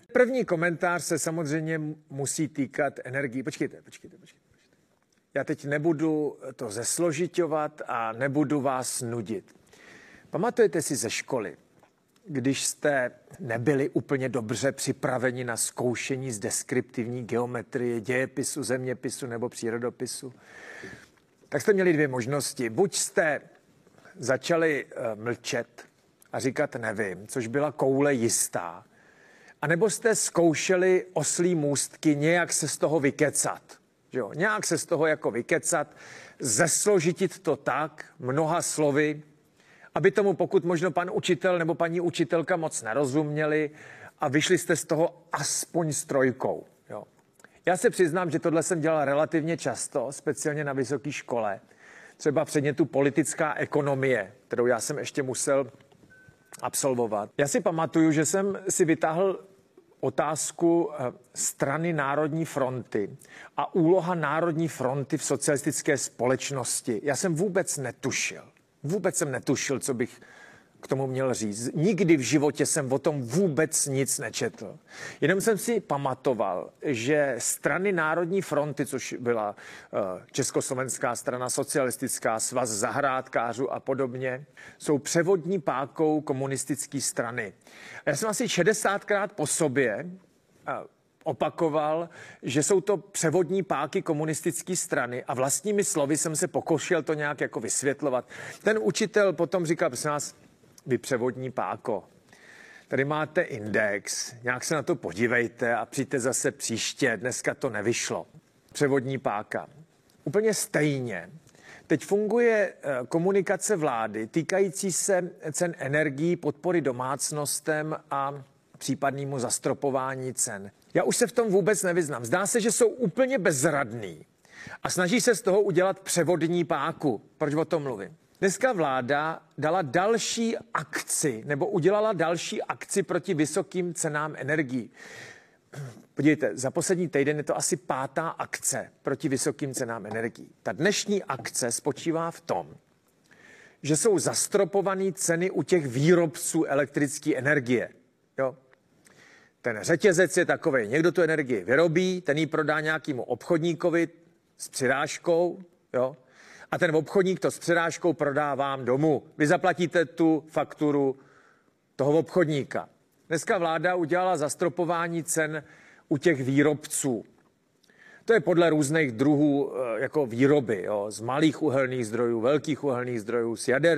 První komentář se samozřejmě musí týkat energií. Počkejte. Já teď nebudu to zesložiťovat a nebudu vás nudit. Pamatujete si ze školy, když jste nebyli úplně dobře připraveni na zkoušení z deskriptivní geometrie, dějepisu, zeměpisu nebo přírodopisu, tak jste měli dvě možnosti. Buď jste začali mlčet a říkat nevím, což byla koule jistá, anebo jste zkoušeli oslí můstky nějak se z toho vykecat. Jo? Nějak se z toho jako vykecat, zesložitit to tak mnoha slovy, aby tomu pokud možno pan učitel nebo paní učitelka moc nerozuměli a vyšli jste z toho aspoň s trojkou. Jo. Já se přiznám, že tohle jsem dělal relativně často, speciálně na vysoké škole. Třeba předmětu politická ekonomie, kterou já jsem ještě musel absolvovat. Já si pamatuju, že jsem si vytáhl otázku strany Národní fronty a úloha Národní fronty v socialistické společnosti. Já jsem vůbec jsem netušil, co bych k tomu měl říct. Nikdy v životě jsem o tom vůbec nic nečetl. Jenom jsem si pamatoval, že strany Národní fronty, což byla Československá strana socialistická, Svaz zahrádkářů a podobně, jsou převodní pákou komunistické strany. A já jsem asi 60krát po sobě opakoval, že jsou to převodní páky komunistické strany a vlastními slovy jsem se pokoušel to nějak jako vysvětlovat. Ten učitel potom říkal, prosím vás, vy převodní páko, tady máte index, nějak se na to podívejte a přijďte zase příště, dneska to nevyšlo. Převodní páka. Úplně stejně. Teď funguje komunikace vlády týkající se cen energií, podpory domácnostem a případnému zastropování cen. Já už se v tom vůbec nevyznám. Zdá se, že jsou úplně bezradný a snaží se z toho udělat převodní páku. Proč o tom mluvím? Dneska vláda dala další akci, nebo udělala další akci proti vysokým cenám energií. Podívejte, za poslední týden je to asi 5. akce proti vysokým cenám energií. Ta dnešní akce spočívá v tom, že jsou zastropované ceny u těch výrobců elektrické energie. Jo? Ten řetězec je takovej, někdo tu energii vyrobí, ten ji prodá nějakému obchodníkovi s přirážkou, jo? A ten obchodník to s přirážkou prodá vám domů. Vy zaplatíte tu fakturu toho obchodníka. Dneska vláda udělala zastropování cen u těch výrobců. To je podle různých druhů jako výroby, jo? Z malých uhelných zdrojů, velkých uhelných zdrojů,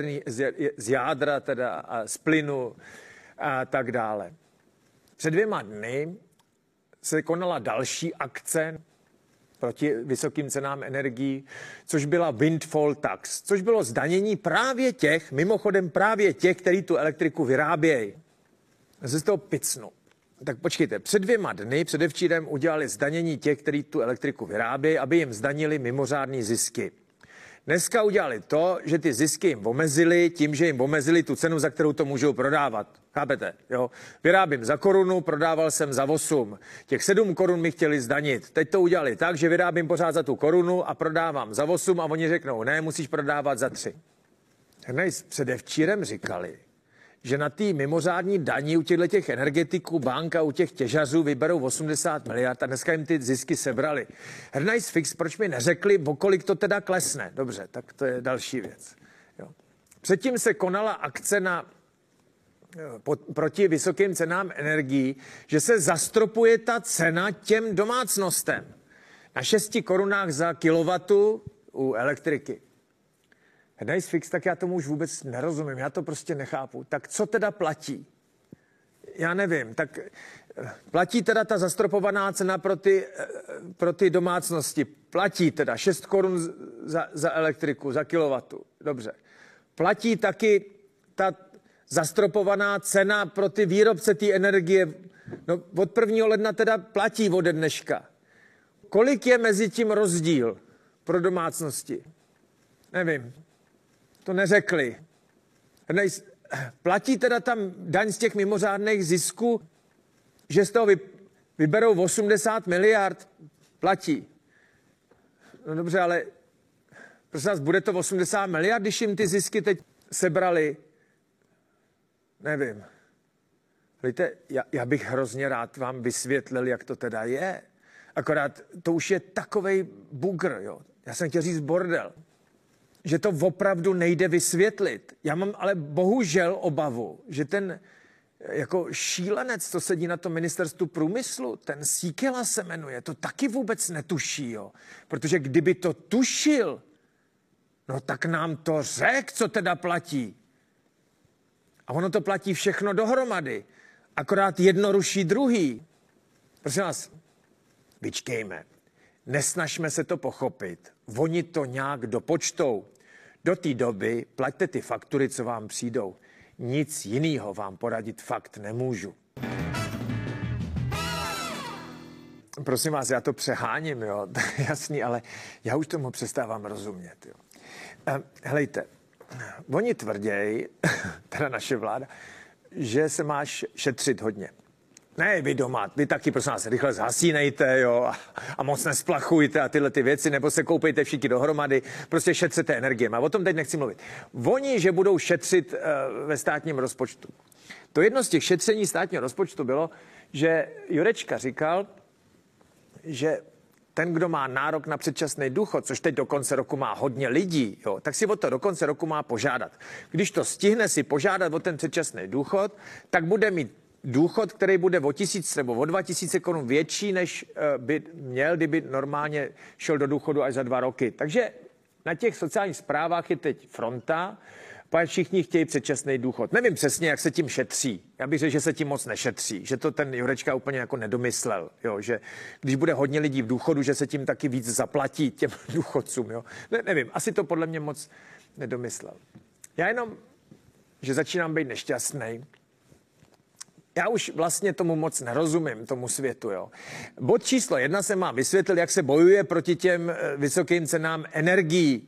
z jádra teda a z plynu a tak dále. Před 2 dny se konala další akce proti vysokým cenám energií, což byla windfall tax, což bylo zdanění mimochodem právě těch, kteří tu elektriku vyrábějí. Já se z toho picnu. Tak počkejte, před 2 dny, předevčírem udělali zdanění těch, kteří tu elektriku vyrábějí, aby jim zdanili mimořádné zisky. Dneska udělali to, že ty zisky jim omezili tím, že jim omezili tu cenu, za kterou to můžou prodávat. Chápete? Jo? Vyrábím za 1 prodával jsem za 8. Těch 7 korun mi chtěli zdanit. Teď to udělali tak, že vyrábím pořád za tu 1 a prodávám za 8 a oni řeknou, ne, musíš prodávat za 3. Dnes předevčírem říkali, že na ty mimořádní daní u těch energetiků, bank a u těch těžařů vyberou 80 miliard a dneska jim ty zisky sebrali. Hernajs fix, proč mi neřekli, o kolik to teda klesne? Dobře, tak to je další věc. Jo. Předtím se konala akce proti vysokým cenám energií, že se zastropuje ta cena těm domácnostem. Na 6 korunách za kilowatu u elektriky. Hernajs fix, tak já tomu už vůbec nerozumím, já to prostě nechápu. Tak co teda platí? Já nevím, tak platí teda ta zastropovaná cena pro ty domácnosti. Platí teda 6 korun za elektriku, za kilowatu. Dobře. Platí taky ta zastropovaná cena pro ty výrobce té energie. No, od 1. ledna teda platí ode dneška. Kolik je mezi tím rozdíl pro domácnosti? Nevím. To neřekli. Platí teda tam daň z těch mimořádných zisků, že z toho vyberou 80 miliard? Platí. No dobře, ale prosím vás, bude to 80 miliard, když jim ty zisky teď sebrali? Nevím. Víte, já bych hrozně rád vám vysvětlil, jak to teda je. Akorát to už je takovej bugr, jo. Já jsem chtěl říct bordel. Že to opravdu nejde vysvětlit. Já mám ale bohužel obavu, že ten jako šílenec, co sedí na tom ministerstvu průmyslu, ten Síkela se jmenuje, to taky vůbec netuší, jo. Protože kdyby to tušil, no tak nám to řek, co teda platí. A ono to platí všechno dohromady. Akorát jedno ruší druhý. Prosím vás, vyčkejme. Nesnažme se to pochopit. Oni to nějak dopočtou. Do té doby plaťte ty faktury, co vám přijdou. Nic jiného vám poradit fakt nemůžu. Prosím vás, já to přeháním, jo, jasný, ale já už tomu přestávám rozumět, jo. Helejte, oni tvrděj, teda naše vláda, že se máš šetřit hodně. Ne, vy doma, vy taky, prosím vás, rychle zhasínejte, jo, a moc nesplachujte a tyhle ty věci, nebo se koupejte všichni dohromady, prostě šetřete energiemi. A o tom teď nechci mluvit. Oni, že budou šetřit ve státním rozpočtu. To jedno z těch šetření státního rozpočtu bylo, že Jurečka říkal, že ten, kdo má nárok na předčasný důchod, což teď do konce roku má hodně lidí, jo, tak si o to do konce roku má požádat. Když to stihne si požádat o ten předčasný důchod, tak bude mít důchod, který bude o 1000 nebo o 2000 korun větší, než by měl, kdyby normálně šel do důchodu až za 2 roky. Takže na těch sociálních správách je teď fronta, protože všichni chtějí předčasný důchod. Nevím přesně, jak se tím šetří. Já bych řekl, že se tím moc nešetří, že to ten Jurečka úplně jako nedomyslel, jo, že když bude hodně lidí v důchodu, že se tím taky víc zaplatí těm důchodcům. Jo. Nevím, asi to podle mě moc nedomyslel. Já jenom, že začínám být nešťastný. Já už vlastně tomu moc nerozumím, tomu světu. Jo. Bod číslo 1 se má vysvětlit, jak se bojuje proti těm vysokým cenám energií.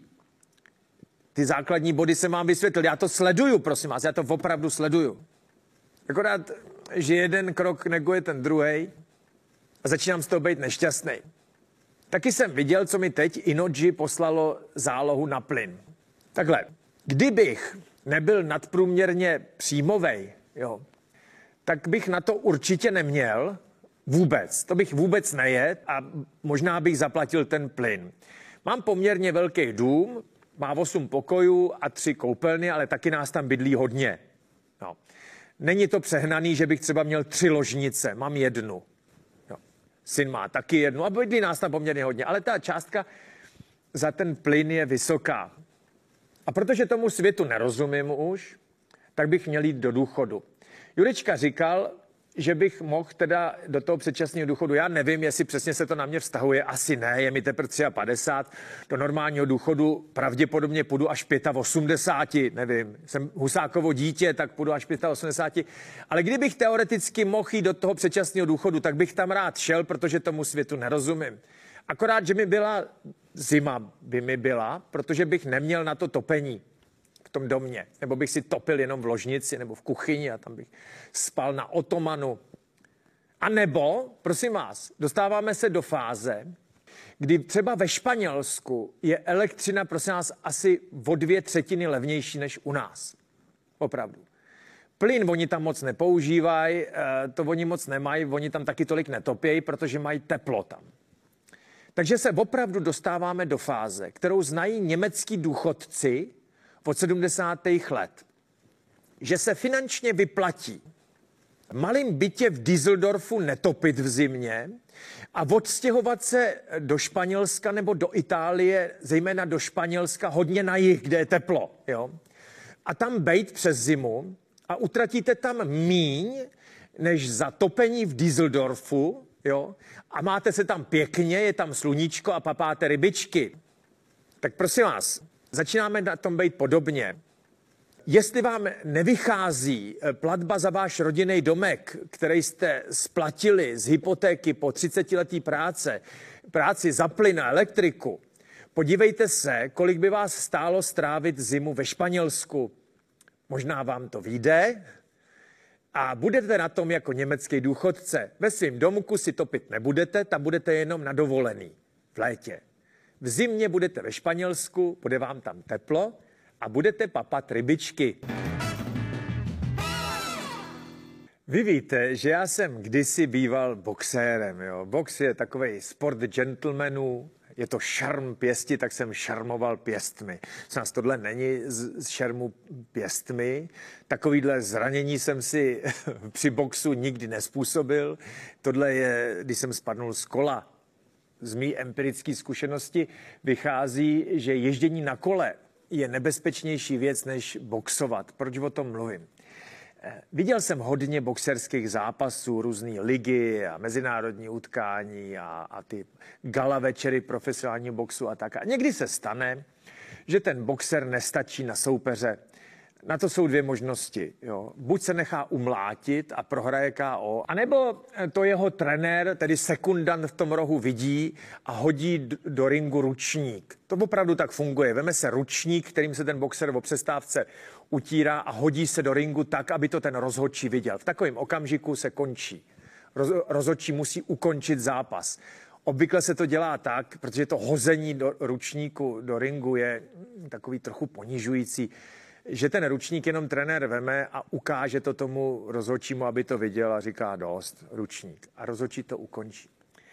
Ty základní body se mám vysvětlit. Já to sleduju, prosím vás, já to opravdu sleduju. Akorát, že jeden krok neguje ten druhej a začínám z toho být nešťastný. Taky jsem viděl, co mi teď Innogy poslalo zálohu na plyn. Takhle, kdybych nebyl nadprůměrně příjmovej, jo, tak bych na to určitě neměl vůbec. To bych vůbec nejet a možná bych zaplatil ten plyn. Mám poměrně velký dům, má 8 pokojů a 3 koupelny, ale taky nás tam bydlí hodně. No. Není to přehnaný, že bych třeba měl 3 ložnice, mám 1. Jo. Syn má taky 1 a bydlí nás tam poměrně hodně, ale ta částka za ten plyn je vysoká. A protože tomu světu nerozumím už, tak bych měl jít do důchodu. Jurečka říkal, že bych mohl teda do toho předčasného důchodu. Já nevím, jestli přesně se to na mě vztahuje. Asi ne, je mi teprve 53. Do normálního důchodu pravděpodobně půjdu až 85. Nevím, jsem Husákovo dítě, tak půjdu až 85. Ale kdybych teoreticky mohl jít do toho předčasného důchodu, tak bych tam rád šel, protože tomu světu nerozumím. Akorát, že mi byla zima, by mi byla, protože bych neměl na to topení v tom domě. Nebo bych si topil jenom v ložnici nebo v kuchyni a tam bych spal na otomanu. A nebo, prosím vás, dostáváme se do fáze, kdy třeba ve Španělsku je elektřina, prosím vás, asi o 2/3 levnější než u nás. Opravdu. Plyn oni tam moc nepoužívají, to oni moc nemají, oni tam taky tolik netopějí, protože mají teplo tam. Takže se opravdu dostáváme do fáze, kterou znají německý důchodci od 70. let. Že se finančně vyplatí v malém bytě v Düsseldorfu netopit v zimě a odstěhovat se do Španělska nebo do Itálie, zejména do Španělska, hodně na jih, kde je teplo. Jo? A tam bejt přes zimu a utratíte tam míň, než za topení v Düsseldorfu, jo? A máte se tam pěkně, je tam sluníčko a papáte rybičky. Tak prosím vás, začínáme na tom být podobně. Jestli vám nevychází platba za váš rodinný domek, který jste splatili z hypotéky po 30letý práci za plyn a elektriku, podívejte se, kolik by vás stálo strávit zimu ve Španělsku. Možná vám to vyjde a budete na tom jako německý důchodce. Ve svém domku si topit nebudete, tam budete jenom na dovolený v létě. V zimě budete ve Španělsku, bude vám tam teplo a budete papat rybičky. Vy víte, že já jsem kdysi býval boxérem. Jo? Box je takovej sport gentlemanů, je to šarm pěsti, tak jsem šarmoval pěstmi. Nás tohle není z šarmu pěstmi. Takovýhle zranění jsem si při boxu nikdy nespůsobil. Tohle je, když jsem spadnul z kola. Z mý empirické zkušenosti vychází, že ježdění na kole je nebezpečnější věc, než boxovat. Proč o tom mluvím? Viděl jsem hodně boxerských zápasů, různé ligy a mezinárodní utkání a ty gala večery profesionálního boxu a tak. A někdy se stane, že ten boxer nestačí na soupeře. Na to jsou dvě možnosti. Jo. Buď se nechá umlátit a prohraje KO, anebo to jeho trenér, tedy sekundant v tom rohu vidí a hodí do ringu ručník. To opravdu tak funguje. Veme se ručník, kterým se ten boxer o přestávce utírá a hodí se do ringu tak, aby to ten rozhodčí viděl. V takovém okamžiku se končí. Rozhodčí musí ukončit zápas. Obvykle se to dělá tak, protože to hození do ručníku do ringu je takový trochu ponižující, že ten ručník jenom trenér veme a ukáže to tomu rozhodčímu, aby to viděl a říká dost, ručník. A rozhodčí to ukončí.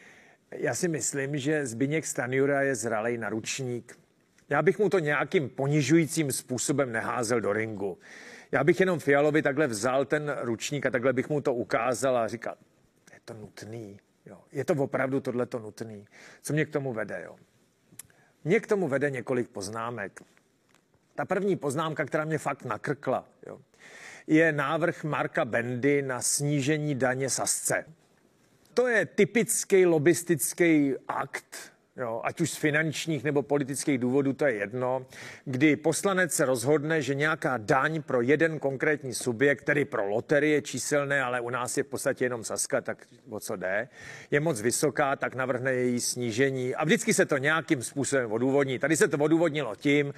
Já si myslím, že Zbyněk Stanjura je zralej na ručník. Já bych mu to nějakým ponižujícím způsobem neházel do ringu. Já bych jenom Fialovi takhle vzal ten ručník a takhle bych mu to ukázal a říkal, je to nutný. Jo. Je to opravdu tohleto nutný. Co mě k tomu vede? Jo? Mě k tomu vede několik poznámek. Ta první poznámka, která mě fakt nakrkla, jo, je návrh Marka Bendy na snížení daně sazce. To je typický lobistický akt, jo, ať už z finančních nebo politických důvodů, to je jedno, kdy poslanec se rozhodne, že nějaká daň pro jeden konkrétní subjekt, tedy pro loterie číselné, ale u nás je v podstatě jenom sazka, tak o co jde, je moc vysoká, tak navrhne její snížení a vždycky se to nějakým způsobem odůvodní. Tady se to odůvodnilo tím,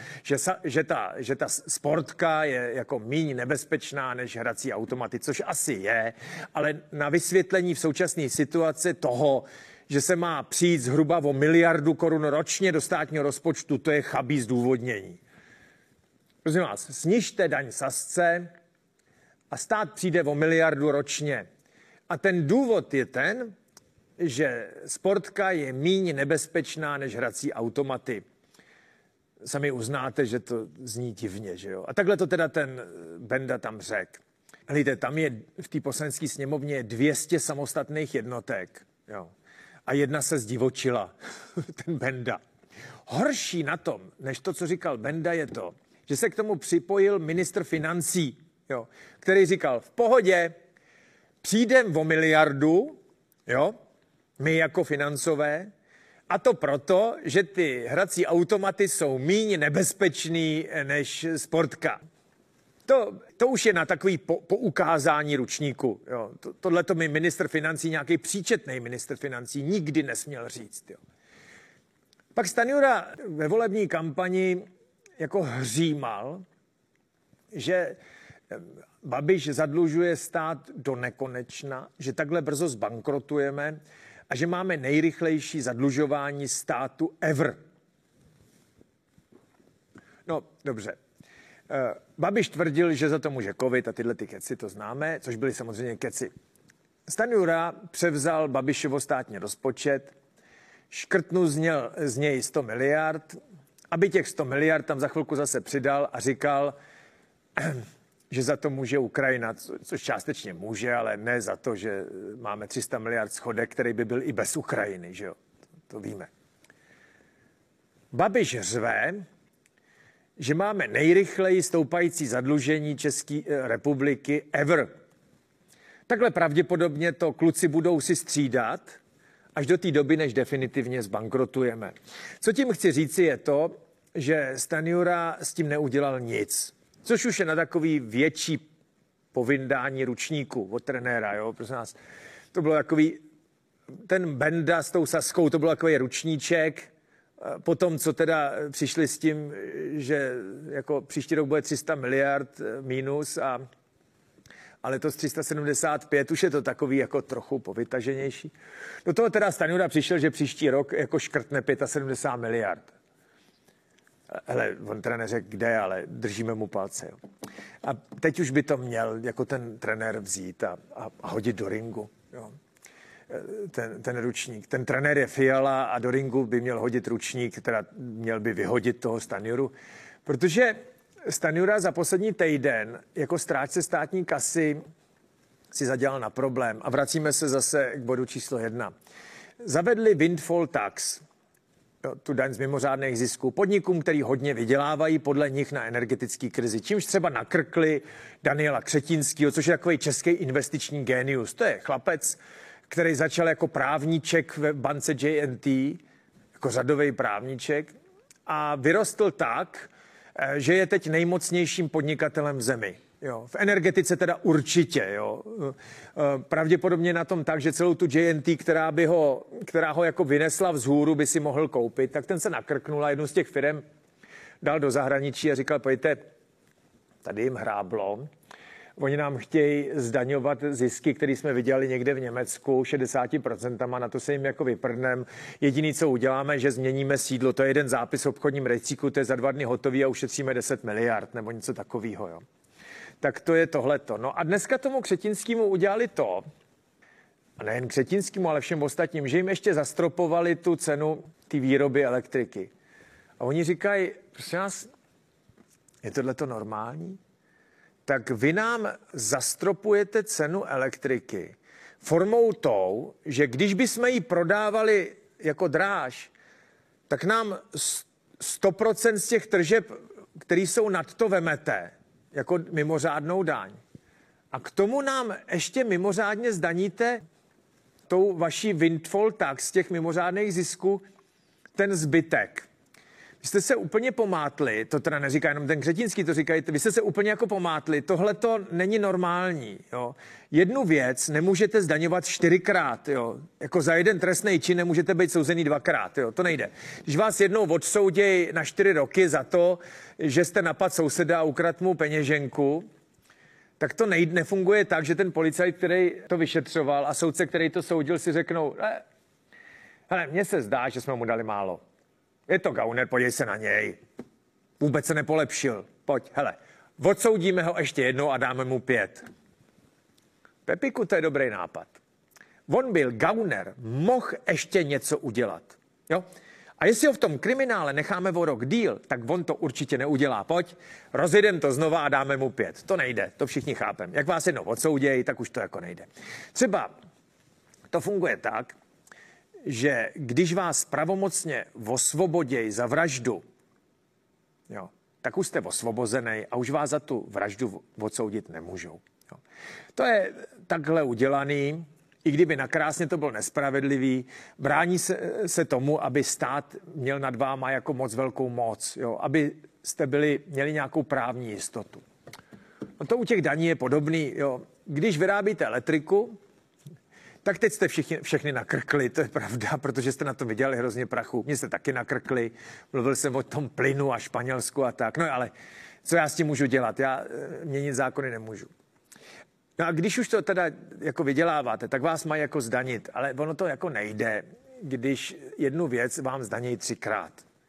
že ta sportka je jako míň nebezpečná než hrací automaty, což asi je, ale na vysvětlení v současné situaci toho, že se má přijít zhruba o 1 miliardu korun ročně do státního rozpočtu, to je chabý zdůvodnění. Prosím vás, snižte daň sazce a stát přijde o 1 miliardu ročně. A ten důvod je ten, že sportka je míň nebezpečná než hrací automaty. Sami uznáte, že to zní divně, že jo? A takhle to teda ten Benda tam řekl. Hlídejte, tam je v té poslanecké sněmovně 200 samostatných jednotek, jo. A jedna se zdivočila, ten Benda. Horší na tom, než to, co říkal Benda, je to, že se k tomu připojil ministr financí, jo, který říkal, v pohodě, přijdem o 1 miliardu, jo, my jako financové, a to proto, že ty hrací automaty jsou míň nebezpečný než sportka. To už je na takový poukázání ručníku. Tohle to mi ministr financí, nějaký příčetný ministr financí, nikdy nesměl říct. Jo. Pak Stanjura ve volební kampani jako hřímal, že Babiš zadlužuje stát do nekonečna, že takhle brzo zbankrotujeme a že máme nejrychlejší zadlužování státu ever. No, dobře. Babiš tvrdil, že za to může covid a tyhle ty keci, to známe, což byly samozřejmě keci. Stanjura převzal Babišovo státní rozpočet, škrtnul z něj 100 miliard, aby těch 100 miliard tam za chvilku zase přidal a říkal, že za to může Ukrajina, což částečně může, ale ne za to, že máme 300 miliard schodek, který by byl i bez Ukrajiny, že jo? To víme. Babiš řve, že máme nejrychleji stoupající zadlužení České republiky ever. Takhle pravděpodobně to kluci budou si střídat až do té doby, než definitivně zbankrotujeme. Co tím chci říci je to, že Stanjura s tím neudělal nic. Což už je na takový větší povyndání ručníku od trenéra. Jo? Prosím nás, to bylo takový, ten Benda s tou Saskou, to byl takový ručníček. Potom, co teda přišli s tím, že jako příští rok bude 300 miliard mínus a letos 375, už je to takový jako trochu povytaženější. Do toho teda Stanjura přišel, že příští rok jako škrtne 75 miliard. Hele, on teda neřekl kde, ale držíme mu palce. Jo. A teď už by to měl jako ten trenér vzít a hodit do ringu. Jo. Ten ručník. Ten trenér je Fiala a do ringu by měl hodit ručník, teda měl by vyhodit toho Stanjuru. Protože Stanjura za poslední týden jako strážce státní kasy si zadělal na problém. A vracíme se zase k bodu číslo 1. Zavedli windfall tax, tu daň z mimořádných zisků, podnikům, který hodně vydělávají podle nich na energetické krizi. Čímž třeba nakrkli Daniela Křetínského, což je takový český investiční génius. To je chlapec, který začal jako právníček ve bance JNT, jako řadový právníček, a vyrostl tak, že je teď nejmocnějším podnikatelem v zemi. Jo, v energetice teda určitě. Jo. Pravděpodobně na tom tak, že celou tu JNT, která ho jako vynesla vzhůru, by si mohl koupit, tak ten se nakrknul a jednu z těch firem dal do zahraničí a říkal, pojďte, tady jim hráblo. Oni nám chtějí zdaňovat zisky, které jsme viděli někde v Německu 60%, na to se jim jako vyprdnem. Jediný, co uděláme, že změníme sídlo, to je jeden zápis v obchodním rejstříku, to je za 2 dny hotový a ušetříme 10 miliard nebo něco takového. Jo. Tak to je tohleto. No a dneska tomu Křetinskému udělali to, a nejen Křetinskému, ale všem ostatním, že jim ještě zastropovali tu cenu té výroby elektriky. A oni říkají, prosím vás, je tohleto normální? Tak vy nám zastropujete cenu elektriky formou tou, že když bychom ji prodávali jako dráž, tak nám 100% z těch tržeb, které jsou nad to, vemete jako mimořádnou daň. A k tomu nám ještě mimořádně zdaníte tou vaší windfall tax z těch mimořádných zisků ten zbytek. Vy jste se úplně pomátli, to teda neříká jenom ten Křetínský, to říkají, vy jste se úplně jako pomátli, tohle to není normální. Jo. Jednu věc nemůžete zdaňovat 4krát, jo. Jako za jeden trestný čin nemůžete být souzený 2krát, jo. To nejde. Když vás jednou odsoudějí na 4 roky za to, že jste napadl souseda a ukradl mu peněženku, tak to nefunguje tak, že ten policajt, který to vyšetřoval a soudce, který to soudil, si řeknou, hele, mně se zdá, že jsme mu dali málo. Je to gauner, podívej se na něj. Vůbec se nepolepšil. Pojď, hele, odsoudíme ho ještě jednou a dáme mu 5. Pepiku, to je dobrý nápad. On byl gauner, mohl ještě něco udělat. Jo? A jestli ho v tom kriminále necháme o rok díl, tak on to určitě neudělá. Pojď, rozjedem to znova a dáme mu 5. To nejde, to všichni chápem. Jak vás jednou odsoudějí, tak už to jako nejde. Třeba to funguje tak, že když vás pravomocně osvobodějí za vraždu, jo, tak už jste osvobozený a už vás za tu vraždu odsoudit nemůžou. Jo. To je takhle udělaný, i kdyby nakrásně to bylo nespravedlivý, brání se tomu, aby stát měl nad váma jako moc velkou moc, jo, aby jste měli nějakou právní jistotu. No to u těch daní je podobný. Jo. Když vyrábíte elektriku, tak teď jste všechny nakrkli, to je pravda, protože jste na to vydělali hrozně prachu. Mě jste taky nakrkli, mluvil jsem o tom plynu a Španělsku a tak. No ale co já s tím můžu dělat? Já měnit zákony nemůžu. No a když už to teda jako vyděláváte, tak vás mají jako zdanit, ale ono to jako nejde, když jednu věc vám zdanějí 3krát.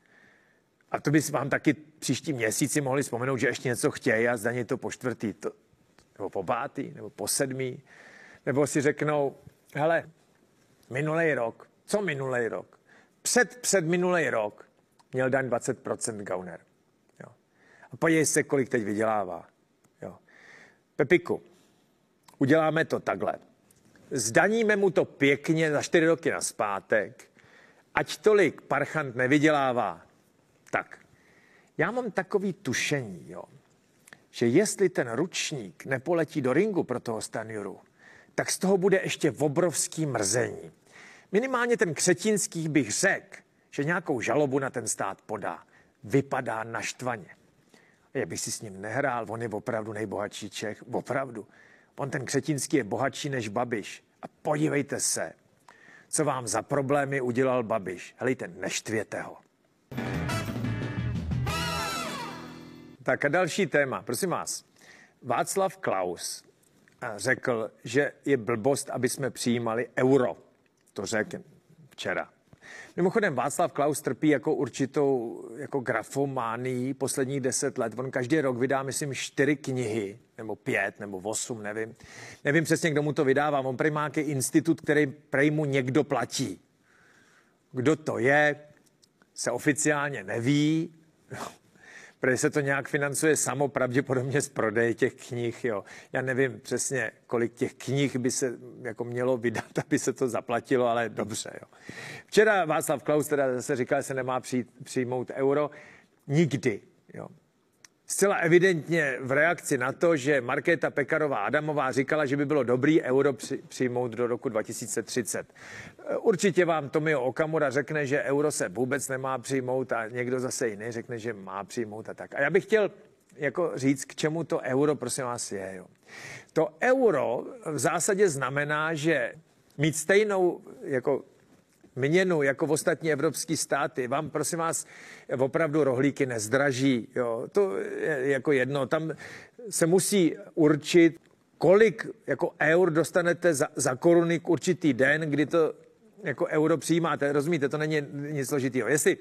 A to by vám taky příští měsíci mohli vzpomenout, že ještě něco chtějí a zdanějí to po 4., nebo po 5., nebo po 7., nebo si řeknou, hele, minulej rok, co minulej rok? Před minulej rok měl daň 20% gauner. Jo. A podívej se, kolik teď vydělává. Jo. Pepiku, uděláme to takhle. Zdaníme mu to pěkně za 4 roky nazpátek, ať tolik parchant nevydělává. Tak, já mám takový tušení, jo, že jestli ten ručník nepoletí do ringu pro toho Stanjuru, tak z toho bude ještě obrovský mrzení. Minimálně ten Křetínský bych řekl, že nějakou žalobu na ten stát podá. Vypadá naštvaně. Já bych si s ním nehrál, on je opravdu nejbohatší Čech, opravdu. On ten Křetínský je bohatší než Babiš. A podívejte se, co vám za problémy udělal Babiš. Helejte, neštvěte ho. Tak a další téma, prosím vás. Václav Klaus řekl, že je blbost, aby jsme přijímali euro. To řekl včera. Mimochodem Václav Klaus trpí jako určitou jako grafománii posledních 10 let. On každý rok vydá, myslím, 4 knihy, nebo 5, nebo 8, nevím. Nevím přesně, kdo mu to vydává. On prý má nějaký institut, který prej mu někdo platí. Kdo to je, se oficiálně neví. Protože se to nějak financuje samo, pravděpodobně z prodeje těch knih. Jo. Já nevím přesně, kolik těch knih by se jako mělo vydat, aby se to zaplatilo, ale dobře. Jo. Včera Václav Klaus teda zase říkal, že se nemá přijmout euro. Nikdy. Jo. Zcela evidentně v reakci na to, že Markéta Pekarová Adamová říkala, že by bylo dobrý euro přijmout do roku 2030. Určitě vám Tomio Okamura řekne, že euro se vůbec nemá přijmout a někdo zase jiný řekne, že má přijmout a tak. A já bych chtěl jako říct, k čemu to euro, prosím vás, je. Jo. To euro v zásadě znamená, že mít stejnou jako měnu jako v ostatní evropské státy, vám, prosím vás, opravdu rohlíky nezdraží. Jo. To je jako jedno. Tam se musí určit, kolik jako eur dostanete za koruny k určitý den, kdy to jako euro přijímáte. Rozumíte, to není nic složitýho. Jestli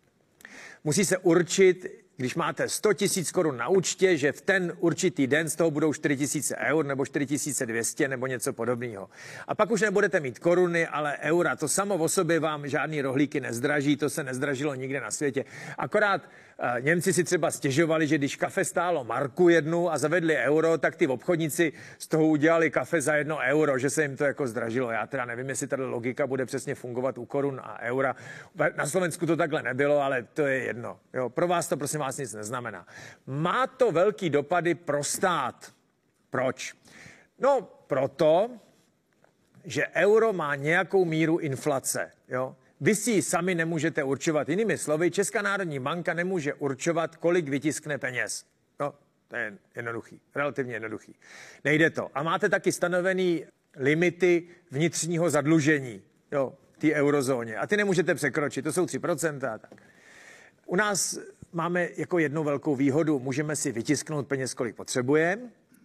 musí se určit, když máte 100 000 korun na účtě, že v ten určitý den z toho budou 4 000 eur nebo 4 200 nebo něco podobného. A pak už nebudete mít koruny, ale eura. To samo o sobě vám žádný rohlíky nezdraží, to se nezdražilo nikde na světě. Akorát Němci si třeba stěžovali, že když kafe stálo marku 1 a zavedli euro, tak ty obchodníci z toho udělali kafe za 1 euro, že se jim to jako zdražilo. Já teda nevím, jestli tato logika bude přesně fungovat u korun a eura. Na Slovensku to takhle nebylo, ale to je jedno. Jo, pro vás to prosím vás nic neznamená. Má to velký dopady pro stát. Proč? No, proto, že euro má nějakou míru inflace. Jo? Vy si ji sami nemůžete určovat. Jinými slovy, Česká národní banka nemůže určovat, kolik vytiskne peněz. No, to je jednoduchý, relativně jednoduchý. Nejde to. A máte taky stanovený limity vnitřního zadlužení, jo, té eurozóně. A ty nemůžete překročit, to jsou 3% a tak. U nás máme jako jednu velkou výhodu, můžeme si vytisknout peněz, kolik potřebujeme.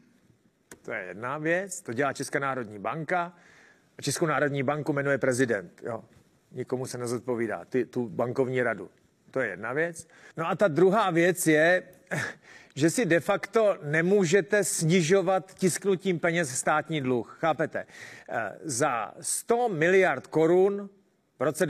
To je jedna věc, to dělá Česká národní banka. A Českou národní banku jmenuje prezident, jo. Nikomu se nezodpovídá, tu bankovní radu. To je jedna věc. No a ta druhá věc je, že si de facto nemůžete snižovat tisknutím peněz státní dluh. Chápete? Za 100 miliard korun v roce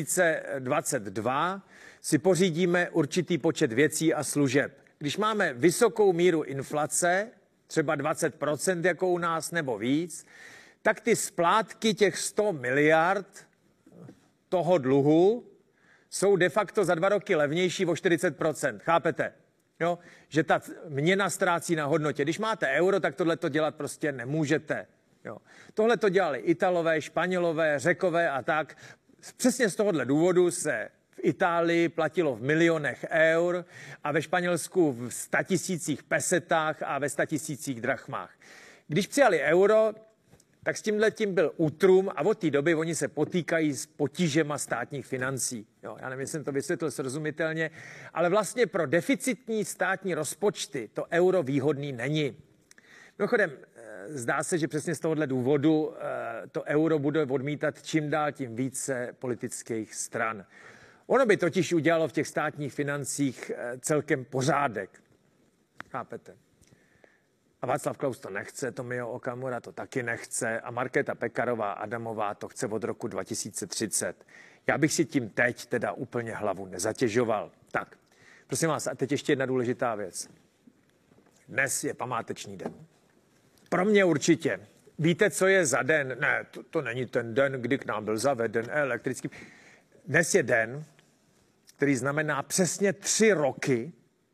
2022 si pořídíme určitý počet věcí a služeb. Když máme vysokou míru inflace, třeba 20% jako u nás nebo víc, tak ty splátky těch 100 miliard toho dluhu jsou de facto za 2 roky levnější o 40%. Chápete? Jo? Že ta měna ztrácí na hodnotě. Když máte euro, tak tohle to dělat prostě nemůžete. Jo? Tohle to dělali Italové, Španělové, Řekové a tak. Přesně z tohohle důvodu se v Itálii platilo v milionech eur a ve Španělsku v 100 000 pesetách a ve 100 000 drachmách. Když přijali euro, tak s tímhletím byl útrum a od té doby oni se potýkají s potížema státních financí. Jo, já nevím, jestli jsem to vysvětlil srozumitelně, ale vlastně pro deficitní státní rozpočty to euro výhodný není. Mimochodem, zdá se, že přesně z tohohle důvodu to euro bude odmítat čím dál tím více politických stran. Ono by totiž udělalo v těch státních financích celkem pořádek. Chápete? A Václav Klaus to nechce, Tomio Okamura to taky nechce a Markéta Pekarová Adamová to chce od roku 2030. Já bych si tím teď teda úplně hlavu nezatěžoval. Tak, prosím vás, a teď ještě jedna důležitá věc. Dnes je památečný den. Pro mě určitě. Víte, co je za den? Ne, to není ten den, kdy k nám byl zaveden elektrický. Dnes je den, který znamená přesně 3 roky.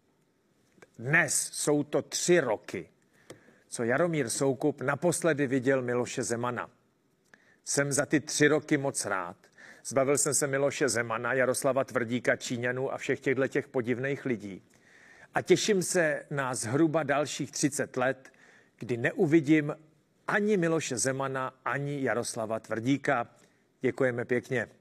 Dnes jsou to 3 roky, co Jaromír Soukup naposledy viděl Miloše Zemana. Jsem za ty 3 roky moc rád. Zbavil jsem se Miloše Zemana, Jaroslava Tvrdíka, Číňanů a všech těch podivných lidí. A těším se na zhruba dalších 30 let, kdy neuvidím ani Miloše Zemana, ani Jaroslava Tvrdíka. Děkujeme pěkně.